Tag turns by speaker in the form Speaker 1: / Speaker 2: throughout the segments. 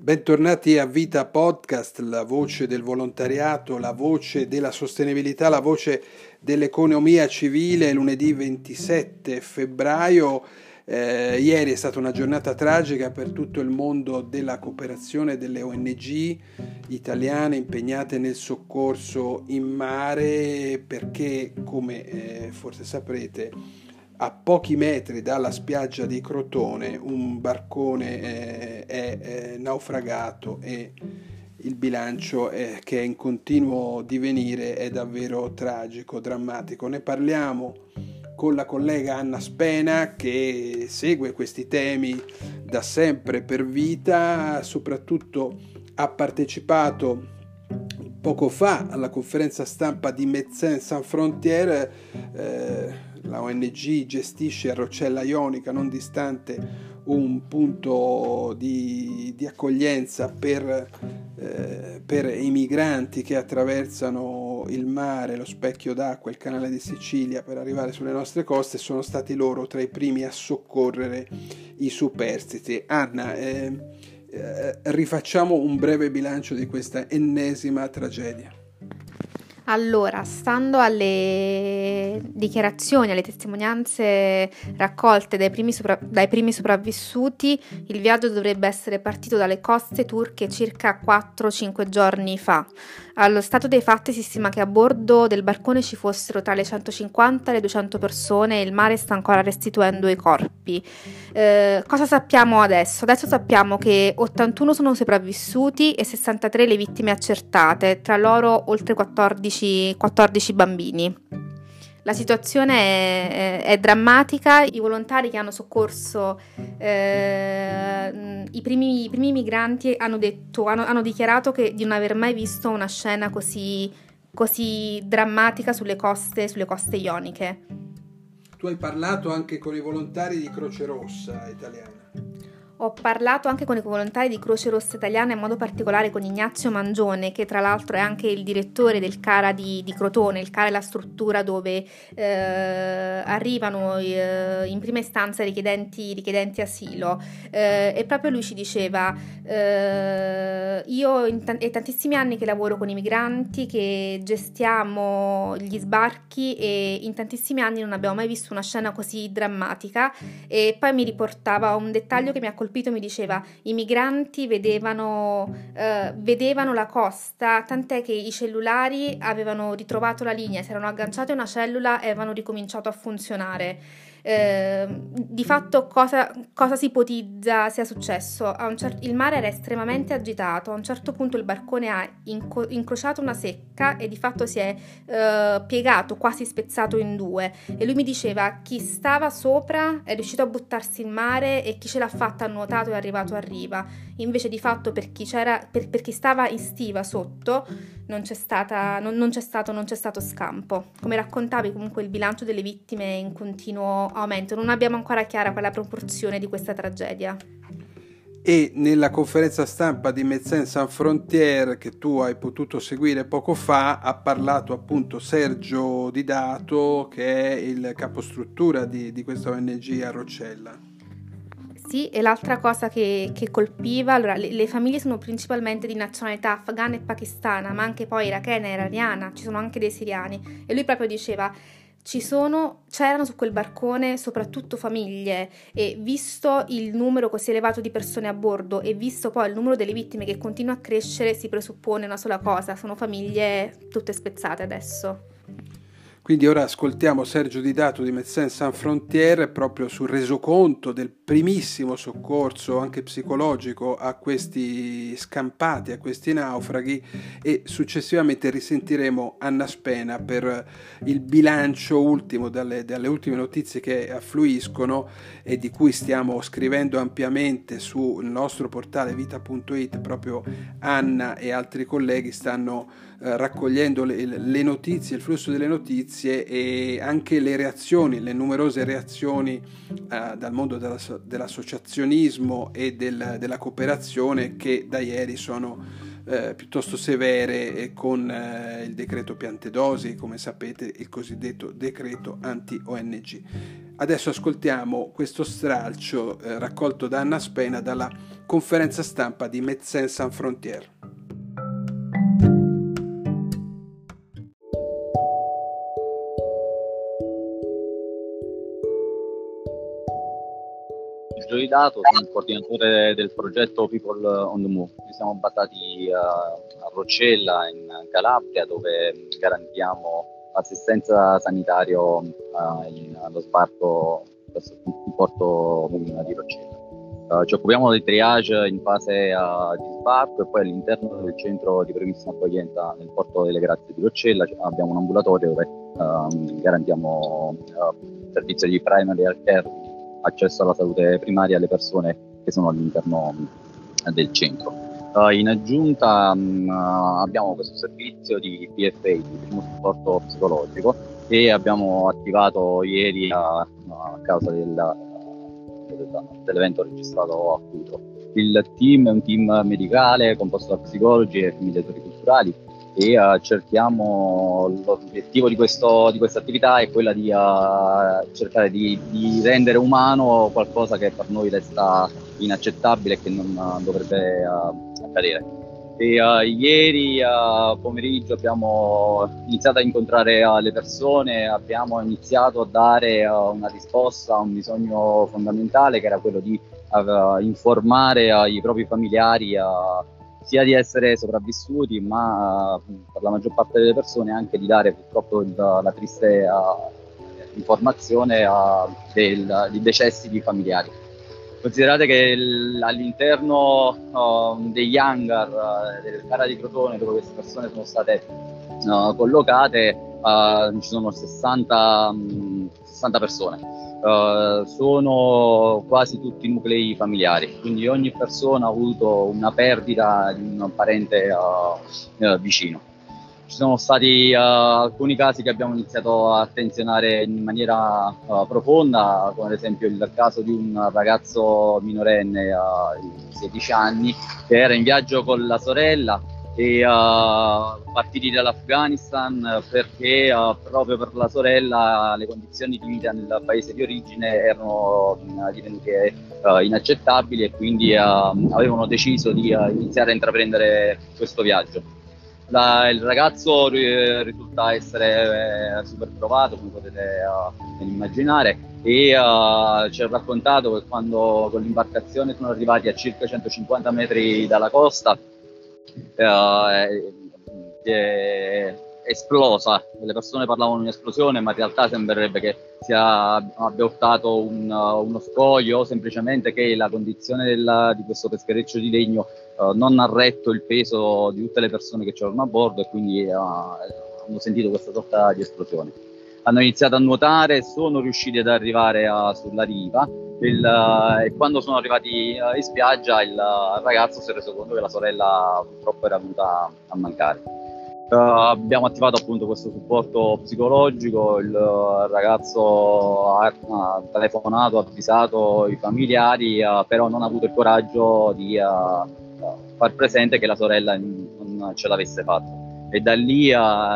Speaker 1: Bentornati a Vita Podcast, la voce del volontariato, la voce della sostenibilità, la voce dell'economia civile. Lunedì 27 febbraio, ieri è stata una giornata tragica per tutto il mondo della cooperazione, delle ONG italiane impegnate nel soccorso in mare, perché come forse saprete, a pochi metri dalla spiaggia di Crotone un barcone è naufragato e il bilancio che è in continuo divenire è davvero tragico, drammatico. Ne parliamo con la collega Anna Spena, che segue questi temi da sempre per Vita, soprattutto ha partecipato poco fa alla conferenza stampa di Médecins Sans Frontières. La ONG gestisce a Roccella Ionica, non distante, un punto di accoglienza per i migranti che attraversano il mare, lo specchio d'acqua, il canale di Sicilia per arrivare sulle nostre coste. Sono stati loro tra i primi a soccorrere i superstiti. Anna, rifacciamo un breve bilancio di questa ennesima tragedia.
Speaker 2: Allora, stando alle dichiarazioni, alle testimonianze raccolte dai primi sopravvissuti, il viaggio dovrebbe essere partito dalle coste turche circa 4-5 giorni fa. Allo stato dei fatti si stima che a bordo del barcone ci fossero tra le 150 e le 200 persone e il mare sta ancora restituendo i corpi. Cosa sappiamo adesso? Adesso sappiamo che 81 sono sopravvissuti e 63 le vittime accertate, tra loro oltre 14 bambini. La situazione è drammatica. I volontari che hanno soccorso i primi migranti hanno dichiarato di non aver mai visto una scena così drammatica sulle coste ioniche.
Speaker 1: Tu hai parlato anche con i volontari di Croce Rossa italiana.
Speaker 2: Ho parlato anche con i volontari di Croce Rossa Italiana, in modo particolare con Ignazio Mangione, che tra l'altro è anche il direttore del CARA di Crotone. Il CARA è la struttura dove arrivano in prima istanza richiedenti asilo, e proprio lui ci diceva: io è tantissimi anni che lavoro con i migranti, che gestiamo gli sbarchi, e in tantissimi anni non abbiamo mai visto una scena così drammatica. E poi mi riportava un dettaglio che mi ha colpito. Mi diceva: i migranti vedevano la costa, tant'è che i cellulari avevano ritrovato la linea, si erano agganciati a una cellula e avevano ricominciato a funzionare. Di fatto cosa si ipotizza sia successo? Il mare era estremamente agitato. A un certo punto il barcone ha incrociato una secca e di fatto si è piegato, quasi spezzato in due, e lui mi diceva: chi stava sopra è riuscito a buttarsi in mare e chi ce l'ha fatta ha nuotato e è arrivato a riva. Invece di fatto per chi stava in stiva sotto non c'è stato scampo. Come raccontavi, comunque il bilancio delle vittime è in continuo aumento. Non abbiamo ancora chiara qual è la proporzione di questa tragedia.
Speaker 1: E nella conferenza stampa di Médecins Sans Frontières, che tu hai potuto seguire poco fa, ha parlato appunto Sergio Di Dato, che è il capostruttura di questa ONG a Roccella.
Speaker 2: Sì, e l'altra cosa che colpiva, allora le famiglie sono principalmente di nazionalità afghana e pakistana, ma anche poi irachena e iraniana, ci sono anche dei siriani, e lui proprio diceva: c'erano su quel barcone soprattutto famiglie, e visto il numero così elevato di persone a bordo e visto poi il numero delle vittime che continua a crescere, si presuppone una sola cosa: sono famiglie tutte spezzate adesso.
Speaker 1: Quindi ora ascoltiamo Sergio Di Dato di Médecins Sans Frontières proprio sul resoconto del primissimo soccorso anche psicologico a questi scampati, a questi naufraghi, e successivamente risentiremo Anna Spena per il bilancio ultimo dalle ultime notizie che affluiscono e di cui stiamo scrivendo ampiamente sul nostro portale vita.it. Proprio Anna e altri colleghi stanno raccogliendo le notizie, il flusso delle notizie e anche le reazioni, le numerose reazioni dal mondo dell'associazionismo e della cooperazione, che da ieri sono piuttosto severe, con il decreto Piantedosi, come sapete, il cosiddetto decreto anti-ONG. Adesso ascoltiamo questo stralcio raccolto da Anna Spena dalla conferenza stampa di Médecins Sans Frontières.
Speaker 3: Giulio Dato, sono il coordinatore del progetto People on the Move. Ci siamo basati a Roccella in Calabria, dove garantiamo assistenza sanitario allo sbarco presso il porto di Roccella. Ci occupiamo del triage in fase di sbarco e poi all'interno del centro di primissima accoglienza nel porto delle Grazie di Roccella abbiamo un ambulatorio dove garantiamo servizio di primary health care, accesso alla salute primaria alle persone che sono all'interno del centro. In aggiunta abbiamo questo servizio di PFA, di primo supporto psicologico, che abbiamo attivato ieri a causa dell'evento registrato a Cutro. Il team è un team medicale composto da psicologi e mediatori culturali e cerchiamo, l'obiettivo di questa attività è quella di cercare di rendere umano qualcosa che per noi resta inaccettabile e che non dovrebbe accadere. Ieri pomeriggio abbiamo iniziato a incontrare le persone, abbiamo iniziato a dare una risposta a un bisogno fondamentale, che era quello di informare i propri familiari sia di essere sopravvissuti, ma per la maggior parte delle persone anche di dare purtroppo la triste informazione di decessi di familiari. Considerate che all'interno degli hangar del Cara di Crotone, dove queste persone sono state collocate, ci sono 60 persone. Sono quasi tutti nuclei familiari, quindi ogni persona ha avuto una perdita di un parente vicino. Ci sono stati alcuni casi che abbiamo iniziato a attenzionare in maniera profonda, come ad esempio il caso di un ragazzo minorenne di 16 anni che era in viaggio con la sorella e partiti dall'Afghanistan perché proprio per la sorella le condizioni di vita nel paese di origine erano divenute inaccettabili e quindi avevano deciso di iniziare a intraprendere questo viaggio. Il ragazzo risulta essere super provato, come potete immaginare, e ci ha raccontato che quando con l'imbarcazione sono arrivati a circa 150 metri dalla costa è esplosa. Le persone parlavano di un'esplosione, ma in realtà sembrerebbe che abbia urtato uno scoglio o semplicemente che la condizione di questo peschereccio di legno non ha retto il peso di tutte le persone che c'erano a bordo e quindi hanno sentito questa sorta di esplosione. Hanno iniziato a nuotare, sono riusciti ad arrivare sulla riva e quando sono arrivati in spiaggia il ragazzo si è reso conto che la sorella purtroppo era venuta a mancare. Abbiamo attivato appunto questo supporto psicologico, il ragazzo ha telefonato, ha avvisato i familiari, però non ha avuto il coraggio di far presente che la sorella non ce l'avesse fatta. E da lì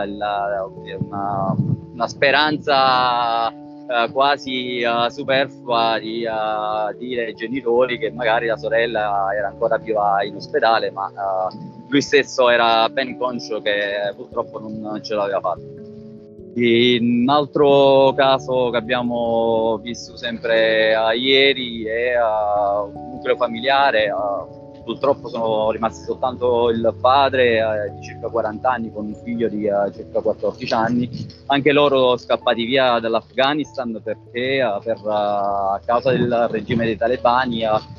Speaker 3: una speranza quasi superflua di dire ai genitori che magari la sorella era ancora viva in ospedale, ma lui stesso era ben conscio che purtroppo non ce l'aveva fatta. Un altro caso che abbiamo visto sempre ieri è un nucleo familiare. Purtroppo sono rimasti soltanto il padre di circa 40 anni con un figlio di circa 14 anni, anche loro scappati via dall'Afghanistan perché a causa del regime dei talebani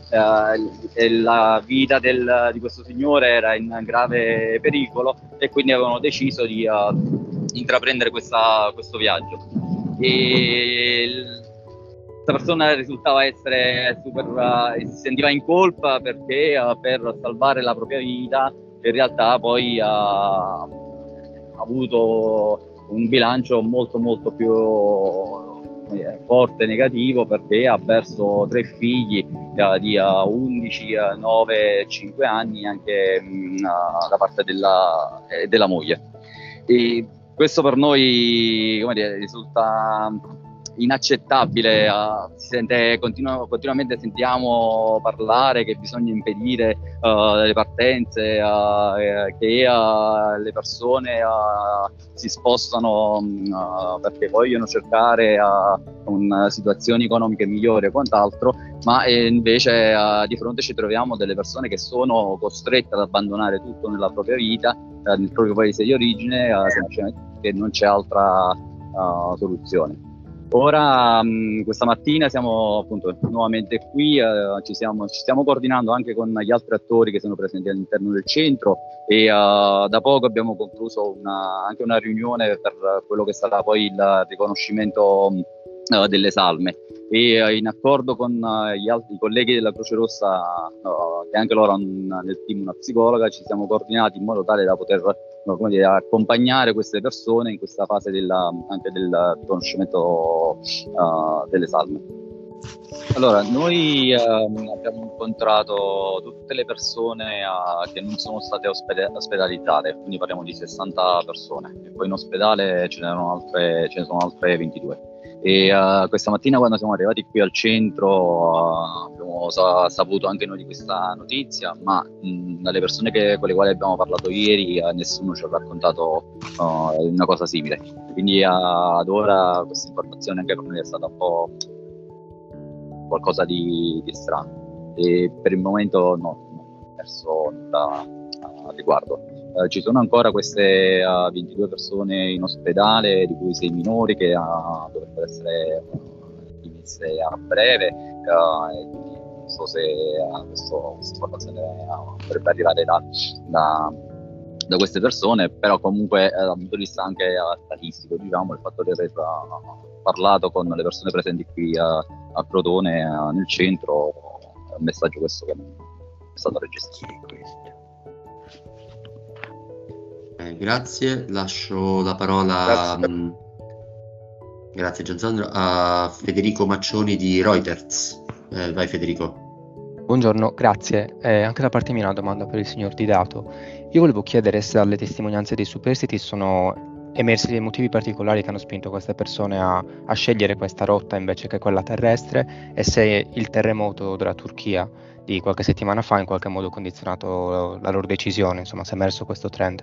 Speaker 3: la vita di questo signore era in grave pericolo e quindi avevano deciso di intraprendere questo viaggio. Questa persona risultava essere si sentiva in colpa perché per salvare la propria vita in realtà poi ha avuto un bilancio molto molto più forte negativo, perché ha perso 3 figli di 11, 9 e 5 anni anche da parte della moglie. E questo per noi, come dire, risulta inaccettabile, continuamente sentiamo parlare che bisogna impedire le partenze, che le persone si spostano perché vogliono cercare situazioni economiche migliori e quant'altro, ma invece di fronte ci troviamo delle persone che sono costrette ad abbandonare tutto nella propria vita, nel proprio paese di origine, semplicemente perché non c'è altra soluzione. Ora, questa mattina siamo appunto nuovamente qui, ci stiamo coordinando anche con gli altri attori che sono presenti all'interno del centro e da poco abbiamo concluso anche una riunione per quello che sarà poi il riconoscimento delle salme, e in accordo con gli altri colleghi della Croce Rossa, che anche loro hanno nel team una psicologa, ci siamo coordinati in modo tale da poter accompagnare queste persone in questa fase anche del riconoscimento delle salme. Allora, noi abbiamo incontrato tutte le persone che non sono state ospedalizzate, quindi parliamo di 60 persone, e poi in ospedale ce ne sono altre 22. E questa mattina, quando siamo arrivati qui al centro, abbiamo saputo anche noi di questa notizia, ma dalle persone con le quali abbiamo parlato ieri nessuno ci ha raccontato una cosa simile. Quindi ad ora questa informazione anche per noi è stata un po' qualcosa di strano, e per il momento non ho perso nulla a riguardo. Ci sono ancora queste 22 persone in ospedale, di cui 6 minori che dovrebbero essere dimesse a breve, e quindi non so se questa informazione dovrebbe arrivare da queste persone, però comunque dal punto di vista anche statistico, diciamo, il fatto di aver parlato con le persone presenti qui a Crotone, nel centro, è un messaggio questo che è stato registrato.
Speaker 4: Grazie, lascio la parola, grazie Gianzandro, a Federico Maccioni di Reuters. Vai Federico.
Speaker 5: Buongiorno, grazie. Anche da parte mia una domanda per il signor Didato. Io volevo chiedere se dalle testimonianze dei superstiti sono emersi dei motivi particolari che hanno spinto queste persone a scegliere questa rotta invece che quella terrestre, e se il terremoto della Turchia di qualche settimana fa in qualche modo ha condizionato la loro decisione, insomma, se è emerso questo trend.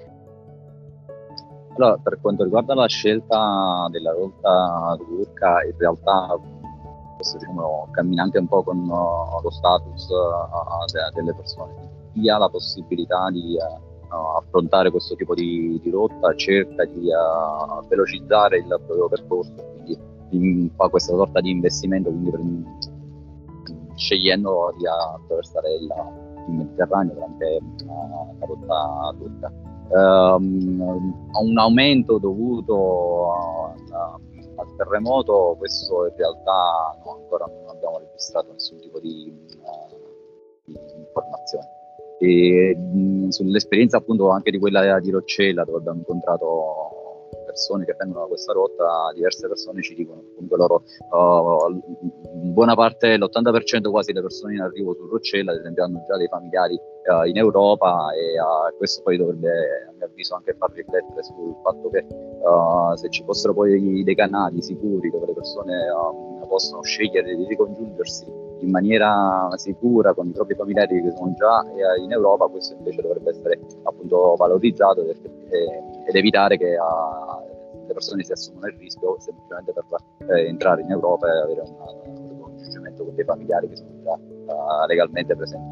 Speaker 3: Allora, per quanto riguarda la scelta della rotta turca, in realtà questo, diciamo, cammina anche un po' con lo status delle persone. Chi ha la possibilità di affrontare questo tipo di rotta cerca di velocizzare il proprio percorso, quindi fa questa sorta di investimento, quindi scegliendo di attraversare il Mediterraneo durante la rotta turca. A un aumento dovuto al terremoto, questo in realtà ancora non abbiamo registrato nessun tipo di informazione. E sull'esperienza appunto anche di quella di Roccella, dove abbiamo incontrato persone che vengono da questa rotta, diverse persone ci dicono che comunque loro, in buona parte, l'80% quasi delle persone in arrivo su Roccella, ad esempio, hanno già dei familiari in Europa, e questo poi dovrebbe, a mio avviso, anche far riflettere sul fatto che se ci fossero poi dei canali sicuri dove le persone possono scegliere di ricongiungersi in maniera sicura con i propri familiari che sono già in Europa, questo invece dovrebbe essere appunto valorizzato ed evitare che le persone si assumano il rischio semplicemente per entrare in Europa e avere un ricongiungimento con dei familiari che sono già legalmente presenti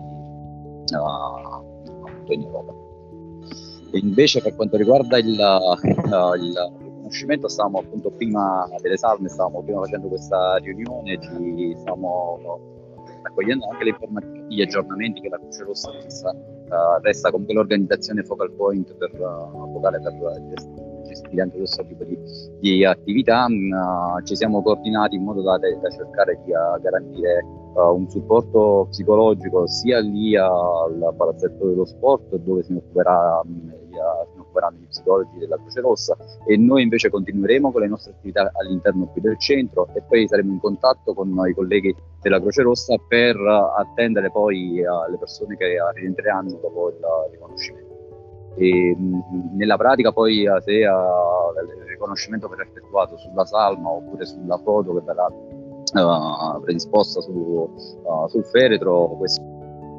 Speaker 3: in Europa. E invece, per quanto riguarda il riconoscimento, stavamo appunto prima delle salme, stavamo prima facendo questa riunione, stavamo raccogliendo anche le informazioni, gli aggiornamenti che la Croce Rossa resta comunque l'organizzazione focal point per gestire anche questo tipo di attività. Ci siamo coordinati in modo da cercare di garantire un supporto psicologico sia lì al palazzetto dello sport, dove si occuperanno gli psicologi della Croce Rossa, e noi invece continueremo con le nostre attività all'interno qui del centro, e poi saremo in contatto con i colleghi della Croce Rossa per attendere poi le persone che rientreranno dopo il riconoscimento. E nella pratica poi se il riconoscimento verrà effettuato sulla salma oppure sulla foto che verrà predisposta sul feretro, questo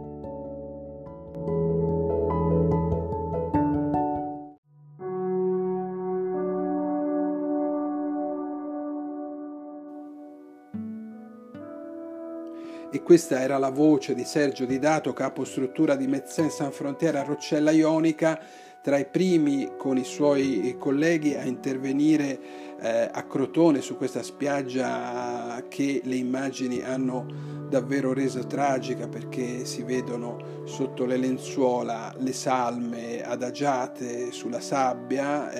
Speaker 1: E questa era la voce di Sergio Di Dato, capo struttura di Médecins Sans Frontières a Roccella Ionica, tra i primi con i suoi colleghi a intervenire a Crotone su questa spiaggia che le immagini hanno davvero reso tragica, perché si vedono sotto le lenzuola le salme adagiate sulla sabbia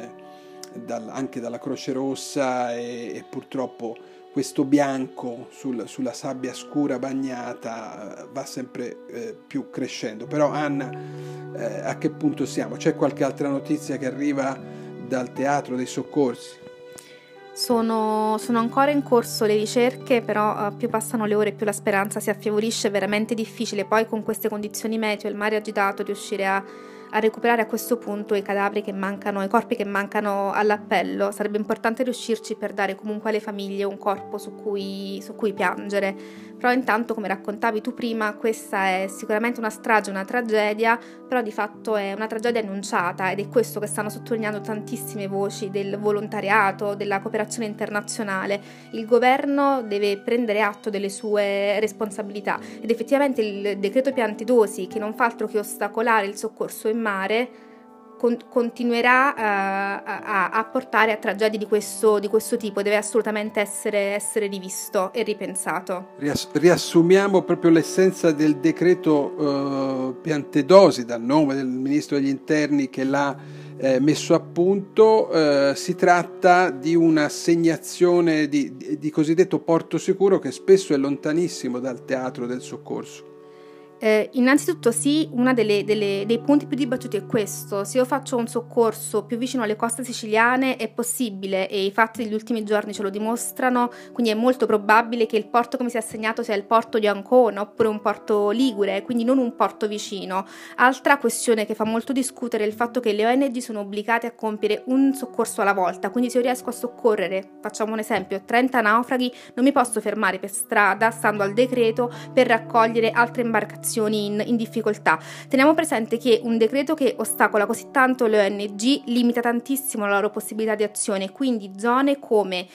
Speaker 1: anche dalla Croce Rossa e purtroppo questo bianco sulla sabbia scura bagnata va sempre più crescendo. Però Anna, a che punto siamo? C'è qualche altra notizia che arriva dal teatro dei soccorsi?
Speaker 2: Sono ancora in corso le ricerche, però più passano le ore più la speranza si affievolisce. È veramente difficile poi con queste condizioni meteo, il mare agitato, riuscire a recuperare a questo punto i cadaveri che mancano, i corpi che mancano all'appello. Sarebbe importante riuscirci per dare comunque alle famiglie un corpo su cui piangere. Però intanto, come raccontavi tu prima, questa è sicuramente una strage, una tragedia, però di fatto è una tragedia annunciata, ed è questo che stanno sottolineando tantissime voci del volontariato, della cooperazione internazionale. Il governo deve prendere atto delle sue responsabilità, ed effettivamente il decreto piantedosi, che non fa altro che ostacolare il soccorso in mare, continuerà a portare a tragedie di questo tipo. Deve assolutamente essere rivisto e ripensato.
Speaker 1: Riassumiamo proprio l'essenza del decreto Piantedosi, dal nome del ministro degli interni che l'ha messo a punto. Si tratta di un'assegnazione di cosiddetto porto sicuro, che spesso è lontanissimo dal teatro del soccorso.
Speaker 2: Innanzitutto sì, uno dei punti più dibattuti è questo: se io faccio un soccorso più vicino alle coste siciliane è possibile, e i fatti degli ultimi giorni ce lo dimostrano, quindi è molto probabile che il porto che mi sia assegnato sia il porto di Ancona oppure un porto ligure, quindi non un porto vicino. Altra questione che fa molto discutere è il fatto che le ONG sono obbligate a compiere un soccorso alla volta, quindi se io riesco a soccorrere, facciamo un esempio, 30 naufraghi, non mi posso fermare per strada, stando al decreto, per raccogliere altre imbarcazioni in difficoltà. Teniamo presente che un decreto che ostacola così tanto le ONG limita tantissimo la loro possibilità di azione, quindi zone come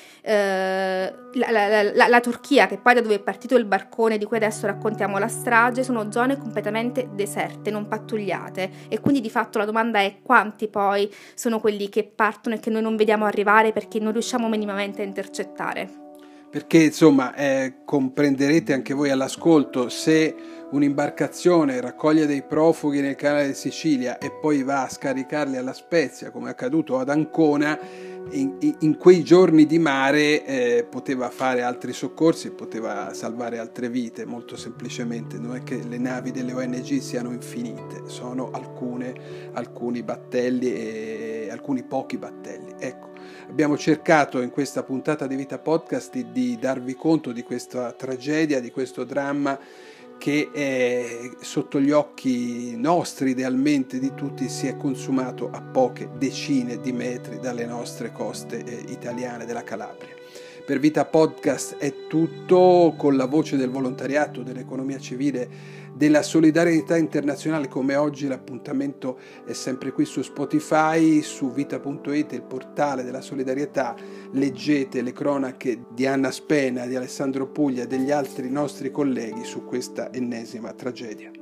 Speaker 2: la Turchia, che poi da dove è partito il barcone di cui adesso raccontiamo la strage, sono zone completamente deserte, non pattugliate, e quindi di fatto la domanda è: quanti poi sono quelli che partono e che noi non vediamo arrivare perché non riusciamo minimamente a intercettare?
Speaker 1: Perché insomma comprenderete anche voi all'ascolto, se un'imbarcazione raccoglie dei profughi nel canale di Sicilia e poi va a scaricarli alla Spezia, come è accaduto ad Ancona, in quei giorni di mare poteva fare altri soccorsi, poteva salvare altre vite, molto semplicemente. Non è che le navi delle ONG siano infinite, sono alcuni battelli e alcuni pochi battelli. Ecco, abbiamo cercato in questa puntata di Vita Podcast di darvi conto di questa tragedia, di questo dramma che sotto gli occhi nostri, idealmente di tutti, si è consumato a poche decine di metri dalle nostre coste italiane della Calabria. Per Vita Podcast è tutto, con la voce del volontariato, dell'economia civile, della solidarietà internazionale. Come oggi l'appuntamento è sempre qui su Spotify, su vita.it, il portale della solidarietà. Leggete le cronache di Anna Spena, di Alessandro Puglia e degli altri nostri colleghi su questa ennesima tragedia.